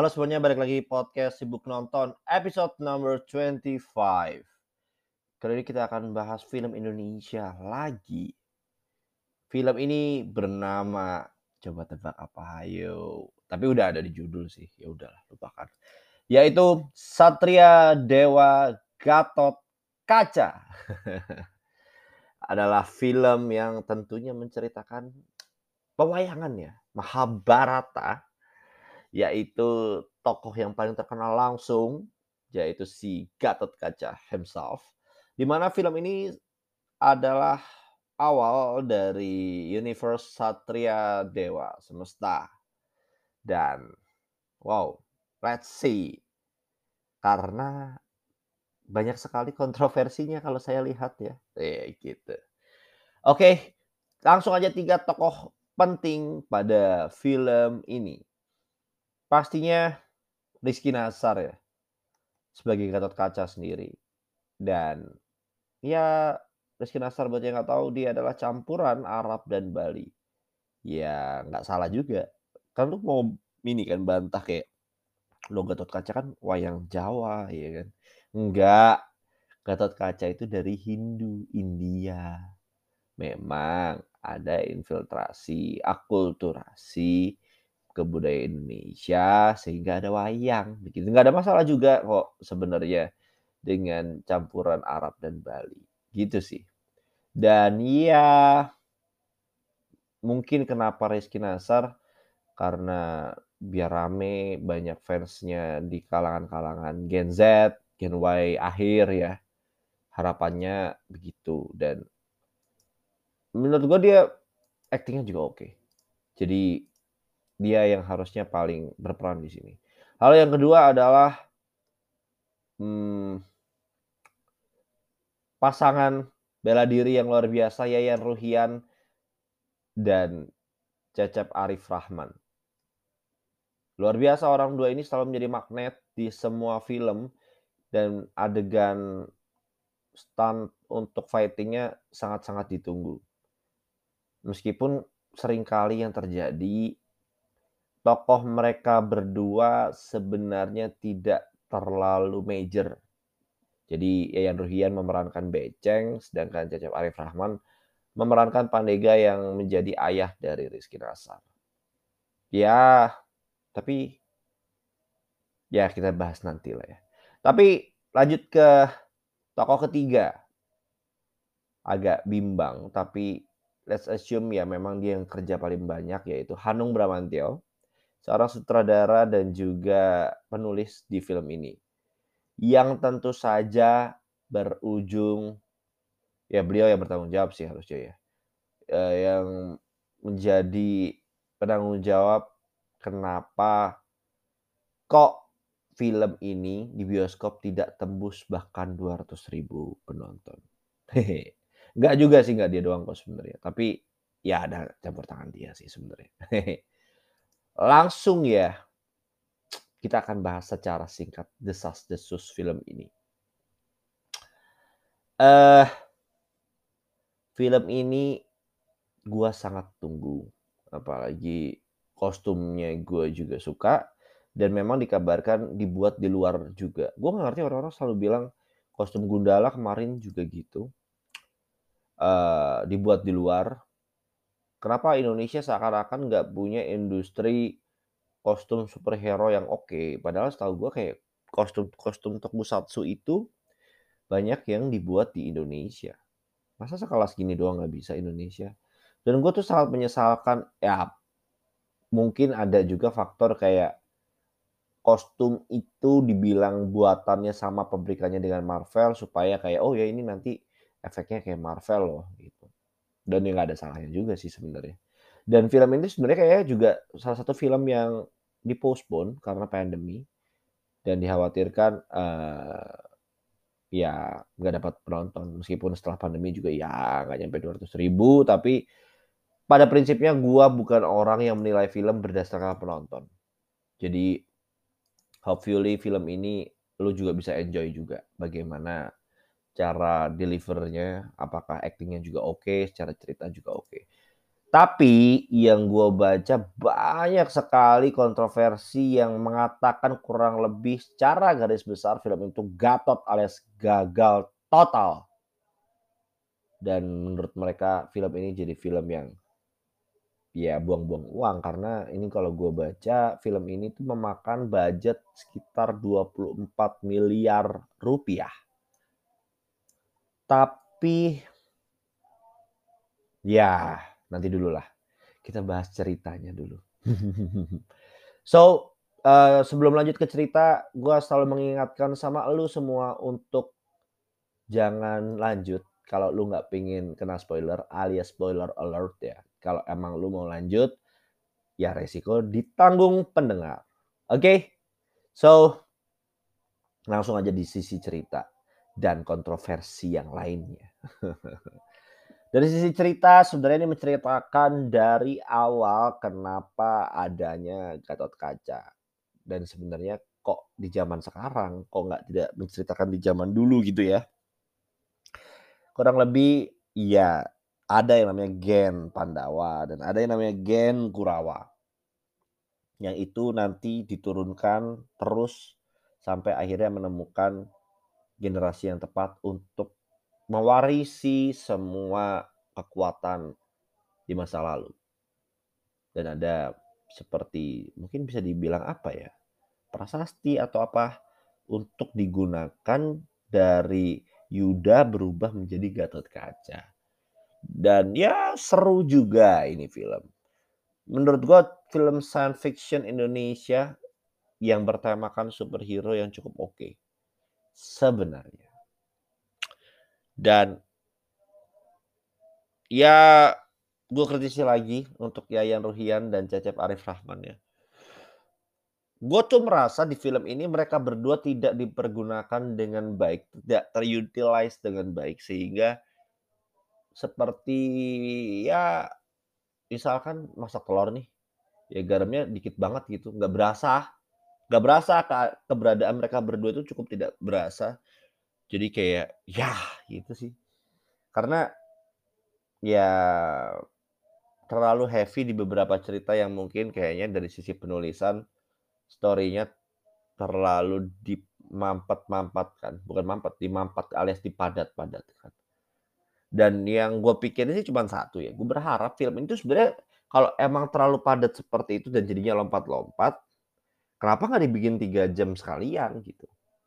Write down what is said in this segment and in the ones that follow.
Halo semuanya, balik lagi podcast Sibuk Nonton episode number 25. Kali ini kita akan bahas film Indonesia lagi. Film ini bernama, coba tebak apa, ayo. Tapi udah ada di judul sih, ya udahlah, lupakan. Yaitu Satria Dewa Gatot Kaca. Adalah film yang tentunya menceritakan pewayangan ya, Mahabharata, yaitu tokoh yang paling terkenal langsung, yaitu si Gatot Kaca himself. Di mana film ini adalah awal dari universe Satria Dewa Semesta. Dan wow, let's see. Karena banyak sekali kontroversinya kalau saya lihat ya. Gitu. Oke, langsung aja 3 tokoh penting pada film ini. Pastinya Rizky Nasar ya, sebagai Gatot Kaca sendiri. Dan ya Rizky Nasar buat yang nggak tahu, dia adalah campuran Arab dan Bali. Ya nggak salah juga. Kan lu mau ini kan bantah kayak, "Loh Gatot Kaca kan wayang Jawa," ya kan. Enggak, Gatot Kaca itu dari Hindu, India. Memang ada infiltrasi, akulturasi ke budaya Indonesia sehingga ada wayang begitu. Nggak ada masalah juga kok sebenarnya dengan campuran Arab dan Bali, gitu sih. Dan ya mungkin kenapa Rizky Nasar, karena biar rame, banyak fansnya di kalangan-kalangan Gen Z, Gen Y akhir ya, harapannya begitu. Dan menurut gua dia aktingnya juga oke. Jadi dia yang harusnya paling berperan di sini. Hal yang kedua adalah, mmm, pasangan bela diri yang luar biasa Yayan Ruhian dan Cecep Arif Rahman. Luar biasa, orang dua ini selalu menjadi magnet di semua film dan adegan stunt untuk fighting-nya sangat-sangat ditunggu. Meskipun seringkali yang terjadi, tokoh mereka berdua sebenarnya tidak terlalu major. Jadi Yayan Ruhian memerankan Beceng, sedangkan Cecep Arif Rahman memerankan Pandega yang menjadi ayah dari Rizky Nasar. Ya, tapi ya kita bahas nanti lah ya. Tapi lanjut ke tokoh ketiga, agak bimbang, tapi let's assume ya memang dia yang kerja paling banyak, yaitu Hanung Bramantyo, seorang sutradara dan juga penulis di film ini. Yang tentu saja berujung, ya beliau yang bertanggung jawab sih harusnya ya, yang menjadi penanggung jawab kenapa kok film ini di bioskop tidak tembus bahkan 200.000 penonton. Enggak juga sih, enggak dia doang kok sebenarnya, tapi ya ada campur tangan dia sih sebenarnya. Langsung ya, kita akan bahas secara singkat desas-desus film ini. Eh, Film ini gua sangat tunggu, apalagi kostumnya gua juga suka dan memang dikabarkan dibuat di luar juga. Gua nggak ngerti, orang-orang selalu bilang kostum Gundala kemarin juga gitu, dibuat di luar. Kenapa Indonesia seakan-akan nggak punya industri kostum superhero yang oke, padahal setahu gua kayak kostum-kostum tokusatsu itu banyak yang dibuat di Indonesia. Masa sekelas gini doang nggak bisa Indonesia? Dan gue tuh sangat menyesalkan, ya mungkin ada juga faktor kayak kostum itu dibilang buatannya sama pabrikannya dengan Marvel supaya kayak, "Oh ya ini nanti efeknya kayak Marvel loh," gitu. Dan ya nggak ada salahnya juga sih sebenarnya. Dan film ini sebenarnya kayaknya juga salah satu film yang di-postpone karena pandemi dan dikhawatirkan, ya nggak dapat penonton. Meskipun setelah pandemi juga ya nggak nyampe 200.000, tapi pada prinsipnya gua bukan orang yang menilai film berdasarkan penonton. Jadi hopefully film ini lu juga bisa enjoy juga. Bagaimana cara deliver-nya, apakah acting-nya juga oke, secara cerita juga oke. Tapi yang gua baca banyak sekali kontroversi yang mengatakan kurang lebih secara garis besar film itu gatot alias gagal total. Dan menurut mereka film ini jadi film yang ya buang-buang uang karena ini kalau gue baca film ini tuh memakan budget sekitar 24 miliar rupiah. Tapi ya nanti dulu lah. Kita bahas ceritanya dulu. So, sebelum lanjut ke cerita, gue selalu mengingatkan sama lu semua untuk jangan lanjut kalau lu nggak pengen kena spoiler alias spoiler alert ya. Kalau emang lu mau lanjut, ya resiko ditanggung pendengar. Oke? So, langsung aja di sisi cerita dan kontroversi yang lainnya. Dari sisi cerita, sebenarnya ini menceritakan dari awal kenapa adanya Gatot-Kaca. Dan sebenarnya kok di zaman sekarang, kok nggak tidak menceritakan di zaman dulu gitu ya. Kurang lebih ya ada yang namanya Gen Pandawa dan ada yang namanya Gen Kurawa. Yang itu nanti diturunkan terus sampai akhirnya menemukan generasi yang tepat untuk mewarisi semua kekuatan di masa lalu. Dan ada seperti mungkin bisa dibilang apa ya, prasasti atau apa untuk digunakan dari Yuda berubah menjadi Gatot-Kaca. Dan ya seru juga ini film. Menurut gua film science fiction Indonesia yang bertemakan superhero yang cukup oke sebenarnya. Dan ya gue kritisi lagi untuk Yayan Ruhian dan Cecep Arif Rahman ya. Gue tuh merasa di film ini mereka berdua tidak dipergunakan dengan baik, tidak terutilize dengan baik sehingga seperti ya misalkan masak telur nih, ya garamnya dikit banget gitu, nggak berasa keberadaan mereka berdua itu cukup tidak berasa. Jadi kayak, yah gitu sih. Karena ya terlalu heavy di beberapa cerita yang mungkin kayaknya dari sisi penulisan story-nya terlalu dimampet-mampatkan, bukan mampet, dimampat alias dipadat-padatkan. Dan yang gue pikirin sih cuma satu ya, gue berharap film itu sebenarnya kalau emang terlalu padat seperti itu dan jadinya lompat-lompat, kenapa nggak dibikin 3 jam sekalian gitu.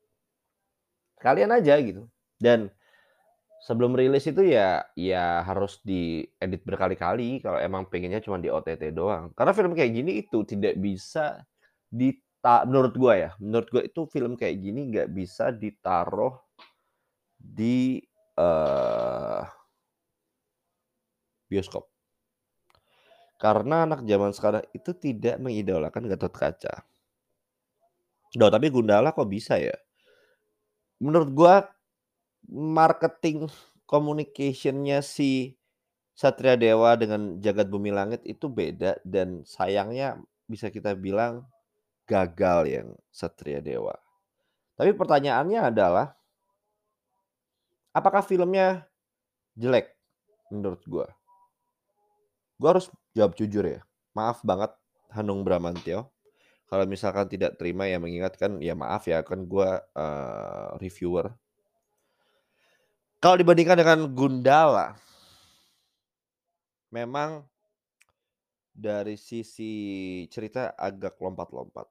Sekalian aja gitu. Dan sebelum rilis itu ya harus diedit berkali-kali kalau emang pengennya cuma di OTT doang. Karena film kayak gini itu tidak bisa menurut gua itu film kayak gini nggak bisa ditaruh di, eee, bioskop. Karena anak zaman sekarang itu tidak mengidolakan Gatot-Kaca. Loh tapi Gundala kok bisa ya? Menurut gua marketing communication-nya si Satria Dewa dengan Jagat Bumi Langit itu beda dan sayangnya bisa kita bilang gagal yang Satria Dewa. Tapi pertanyaannya adalah, apakah filmnya jelek menurut gua? Gua harus jawab jujur ya, maaf banget Hanung Bramantyo, kalau misalkan tidak terima ya mengingatkan ya maaf ya kan gua, reviewer. Kalau dibandingkan dengan Gundala, memang dari sisi cerita agak lompat-lompat.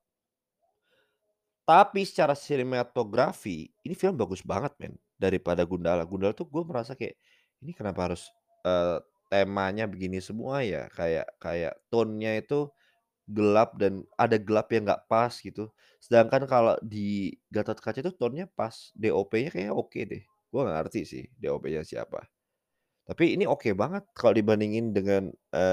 Tapi secara sinematografi, ini film bagus banget men, daripada Gundala. Gundala tuh gue merasa kayak, ini kenapa harus, temanya begini semua ya, kayak kayak tone-nya itu gelap dan ada gelap yang nggak pas gitu. Sedangkan kalau di Gatot-Kaca itu tone-nya pas, DOP-nya kayaknya oke deh. Gue nggak ngerti sih DOP-nya siapa. Tapi ini oke banget kalau dibandingin dengan,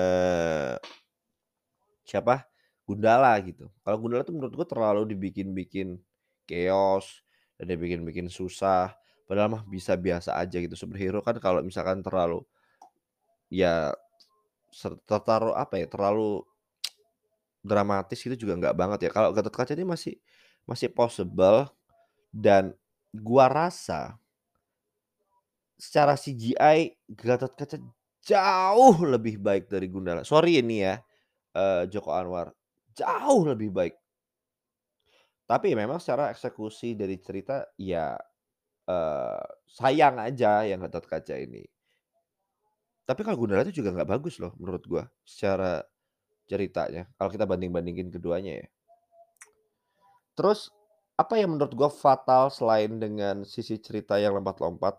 siapa, Gundala gitu. Kalau Gundala tuh menurut gua terlalu dibikin-bikin chaos dan dibikin-bikin susah, padahal mah bisa biasa aja gitu. Superhero kan kalau misalkan terlalu ya terlalu apa ya, terlalu dramatis itu juga nggak banget ya. Kalau Gatot Kaca ini masih masih possible dan gua rasa secara CGI Gatot Kaca jauh lebih baik dari Gundala. Sorry ini ya, Joko Anwar, jauh lebih baik. Tapi memang secara eksekusi dari cerita ya, sayang aja yang Gatot Kaca ini. Tapi kalau Gundala itu juga nggak bagus loh menurut gua, secara ceritanya, kalau kita banding-bandingin keduanya ya. Terus, apa yang menurut gua fatal selain dengan sisi cerita yang lompat-lompat,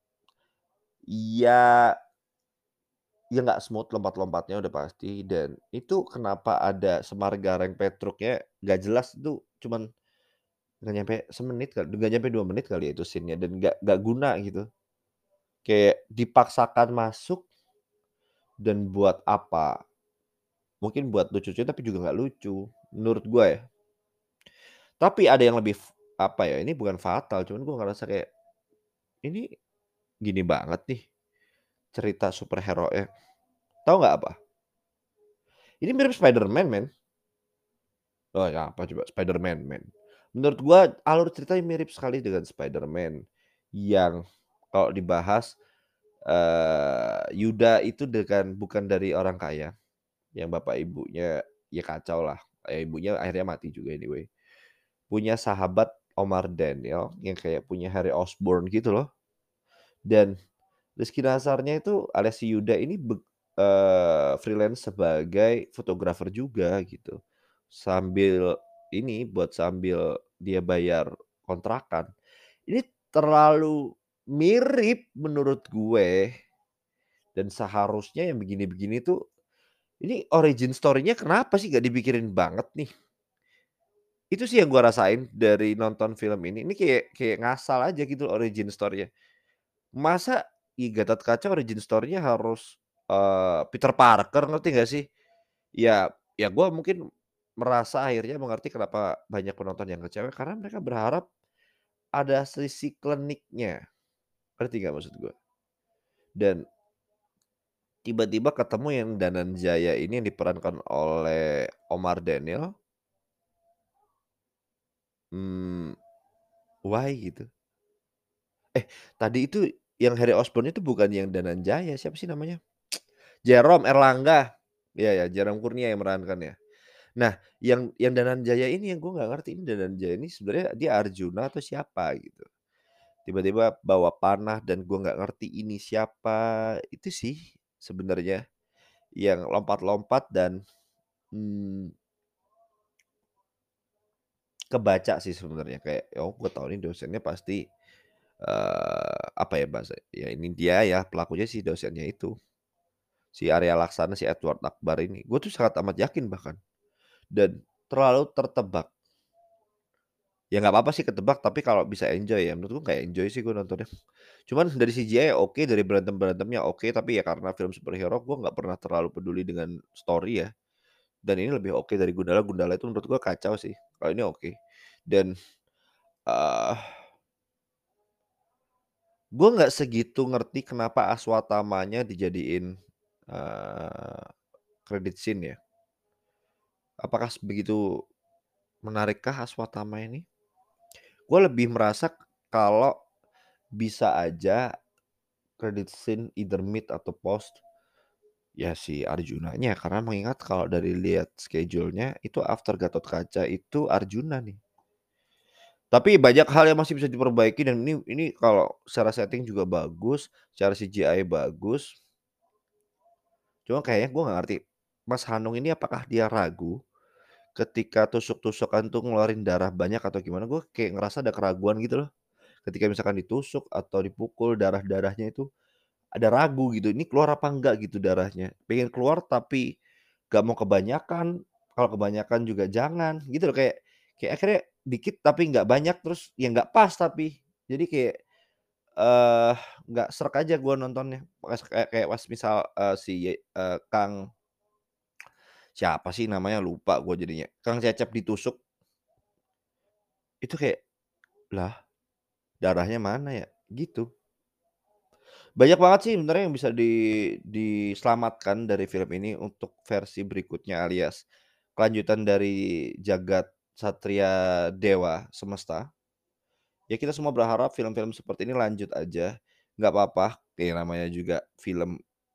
ya ya nggak smooth lompat-lompatnya udah pasti, dan itu kenapa ada Semar Gareng Petruknya nggak jelas itu cuman nggak nyampe semenit kali, nggak nyampe 2 menit kali ya itu scene-nya dan nggak guna gitu. Kayak dipaksakan masuk dan buat apa? Mungkin buat lucu-lucuan tapi juga nggak lucu, menurut gua ya. Tapi ada yang lebih apa ya, ini bukan fatal, cuman gua ngerasa kayak, ini gini banget nih cerita superhero-nya. Tahu nggak apa? Ini mirip Spider-Man, men. Oh ya apa coba Spider-Man, men. Menurut gua alur ceritanya mirip sekali dengan Spider-Man, yang kalau dibahas, Yuda itu bukan dari orang kaya, yang bapak ibunya ya kacau lah, ibunya akhirnya mati juga anyway. Punya sahabat Omar Daniel yang kayak punya Harry Osborn gitu loh, dan Rizky Nasarnya itu alias si Yuda ini freelance sebagai fotografer juga gitu. Sambil dia bayar kontrakan. Ini terlalu mirip menurut gue, dan seharusnya yang begini-begini tuh, ini origin story-nya kenapa sih nggak dipikirin banget nih? Itu sih yang gua rasain dari nonton film ini. Ini kayak kayak ngasal aja gitu origin story-nya. Masa Gatot Kaca origin story-nya harus, Peter Parker, ngerti nggak sih? Ya gua mungkin merasa akhirnya mengerti kenapa banyak penonton yang kecewa, karena mereka berharap ada sisi kliniknya, ngerti nggak maksud gua? Dan tiba-tiba ketemu yang Dananjaya ini yang diperankan oleh Omar Daniel, mmm, why gitu? Tadi itu yang Harry Osborn itu bukan yang Dananjaya, siapa sih namanya? Jerome Erlangga. Iya ya, Jerome Kurnia yang memerankannya. Nah, yang Dananjaya ini yang gue nggak ngerti, ini Dananjaya ini sebenarnya dia Arjuna atau siapa gitu. Tiba-tiba bawa panah dan gue nggak ngerti ini siapa. Itu sih sebenarnya yang lompat-lompat dan, mmm, kebaca sih sebenarnya kayak, oh gue tahu nih dosennya pasti, apa ya bahasa ya ini dia ya pelakunya si dosennya itu. Si Arya Laksana, si Edward Akbar ini, gue tuh sangat amat yakin bahkan, dan terlalu tertebak. Ya nggak apa-apa sih ketebak, tapi kalau bisa enjoy ya, menurut gue kayak enjoy sih gue nontonnya. Cuman dari CGI oke, dari berantem-berantemnya oke, tapi ya karena film superhero gue nggak pernah terlalu peduli dengan story ya, dan ini lebih oke dari Gundala. Gundala itu menurut gue kacau sih, kalau ini oke. Dan, eee, gue nggak segitu ngerti kenapa Aswatamanya dijadiin, eee, credit scene ya. Apakah begitu menarikkah Aswatama ini? Gue lebih merasa kalau bisa aja credit scene either mid atau post, ya si Arjunanya, karena mengingat kalau dari lihat schedule-nya itu after Gatot Kaca itu Arjuna nih. Tapi banyak hal yang masih bisa diperbaiki, dan ini kalau secara setting juga bagus, secara CGI bagus. Cuma kayaknya gue nggak ngerti, Mas Hanung ini apakah dia ragu ketika tusuk-tusukan tuh ngeluarin darah banyak atau gimana, gue kayak ngerasa ada keraguan gitu loh. Ketika misalkan ditusuk atau dipukul darah-darahnya itu ada ragu gitu, ini keluar apa enggak gitu darahnya. Pengen keluar tapi gak mau kebanyakan, kalau kebanyakan juga jangan, gitu loh. Kayak kayak akhirnya dikit tapi nggak banyak, terus ya nggak pas tapi. Jadi kayak, eee, nggak sreg aja gua nontonnya. Pas kayak kayak pas misal, Kang siapa sih namanya lupa gua jadinya, Kang Cecep ditusuk, itu kayak, "Lah darahnya mana ya?" Gitu. Banyak banget sih sebenarnya yang bisa diselamatkan dari film ini untuk versi berikutnya, alias kelanjutan dari Jagat Satria Dewa Semesta. Ya kita semua berharap film-film seperti ini lanjut aja, nggak apa-apa, ya namanya juga film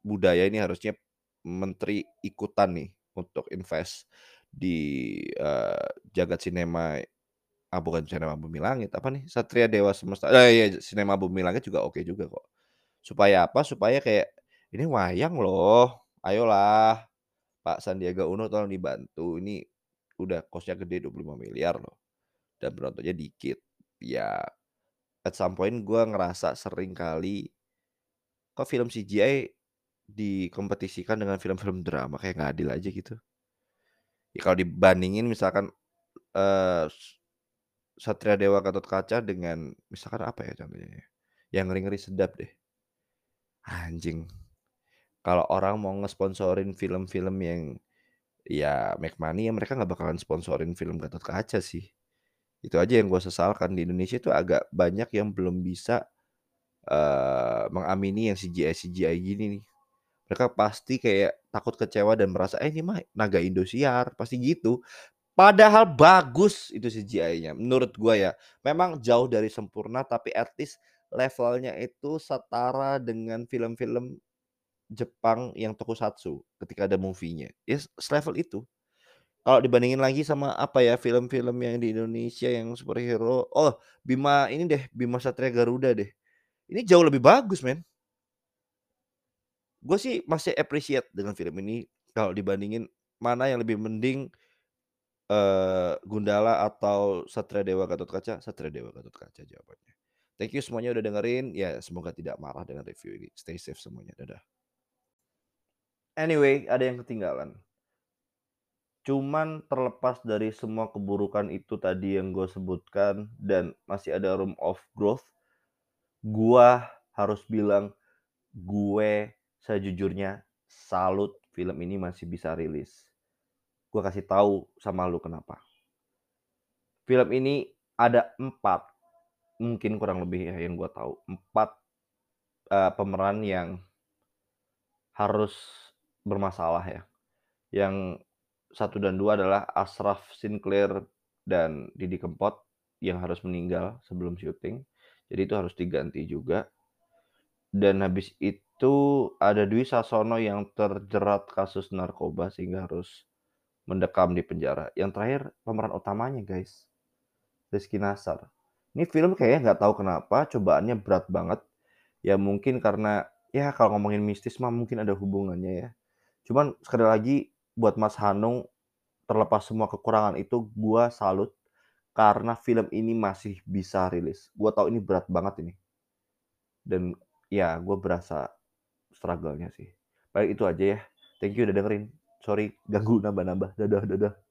budaya ini harusnya menteri ikutan nih untuk invest di, jagat sinema bukan Sinema Bumi Langit, apa nih, Satria Dewa Semesta iya, Sinema Bumi Langit juga oke juga kok. Supaya apa, supaya kayak, "Ini wayang loh, ayolah Pak Sandiaga Uno tolong dibantu, ini udah cost-nya gede 25 miliar loh, dan penontonnya dikit." Ya, at some point gua ngerasa sering kali, kok film CGI dikompetisikan dengan film-film drama, kayak nggak adil aja gitu. Ya kalau dibandingin misalkan, eee, Satria Dewa Gatotkaca dengan misalkan apa ya contohnya ya, yang Ngeri-Ngeri Sedap deh. Anjing, kalau orang mau ngesponsorin film-film yang ya make money ya mereka nggak bakalan sponsorin film Gatotkaca sih. Itu aja yang gua sesalkan di Indonesia itu agak banyak yang belum bisa, mengamini yang CGI-CGI gini nih. Mereka pasti kayak takut kecewa dan merasa, "Eh, ini mah naga Indosiar," pasti gitu. Padahal bagus itu CGI-nya menurut gua ya. Memang jauh dari sempurna tapi at least levelnya itu setara dengan film-film Jepang yang tokusatsu ketika ada movie-nya. Ya selevel itu. Kalau dibandingin lagi sama apa ya, film-film yang di Indonesia yang superhero, oh Bima ini deh, Bima Satria Garuda deh. Ini jauh lebih bagus men. Gue sih masih appreciate dengan film ini kalau dibandingin mana yang lebih mending, Gundala atau Satria Dewa Gatotkaca, Satria Dewa Gatotkaca jawabannya. Thank you semuanya udah dengerin, ya semoga tidak marah dengan review ini. Stay safe semuanya, dadah. Anyway, ada yang ketinggalan. Cuman terlepas dari semua keburukan itu tadi yang gue sebutkan dan masih ada room of growth, gua harus bilang gue sejujurnya salut film ini masih bisa rilis. Gua kasih tahu sama lu kenapa. Film ini ada 4, mungkin kurang lebih ya yang gua tahu, 4, pemeran yang harus bermasalah ya. Yang satu dan 2 adalah Ashraf Sinclair dan Didi Kempot yang harus meninggal sebelum syuting. Jadi itu harus diganti juga. Dan habis itu ada Dwi Sasono yang terjerat kasus narkoba sehingga harus mendekam di penjara. Yang terakhir pemeran utamanya guys, Rizky Nasar. Ini film kayaknya nggak tahu kenapa cobaannya berat banget. Ya mungkin karena ya kalau ngomongin mistis mah mungkin ada hubungannya ya. Cuman sekali lagi buat Mas Hanung, terlepas semua kekurangan itu gua salut karena film ini masih bisa rilis. Gua tahu ini berat banget ini dan ya gua berasa struggle-nya sih. Paling itu aja ya. Thank you udah dengerin. Sorry ganggu nambah-nambah. Dadah dadah.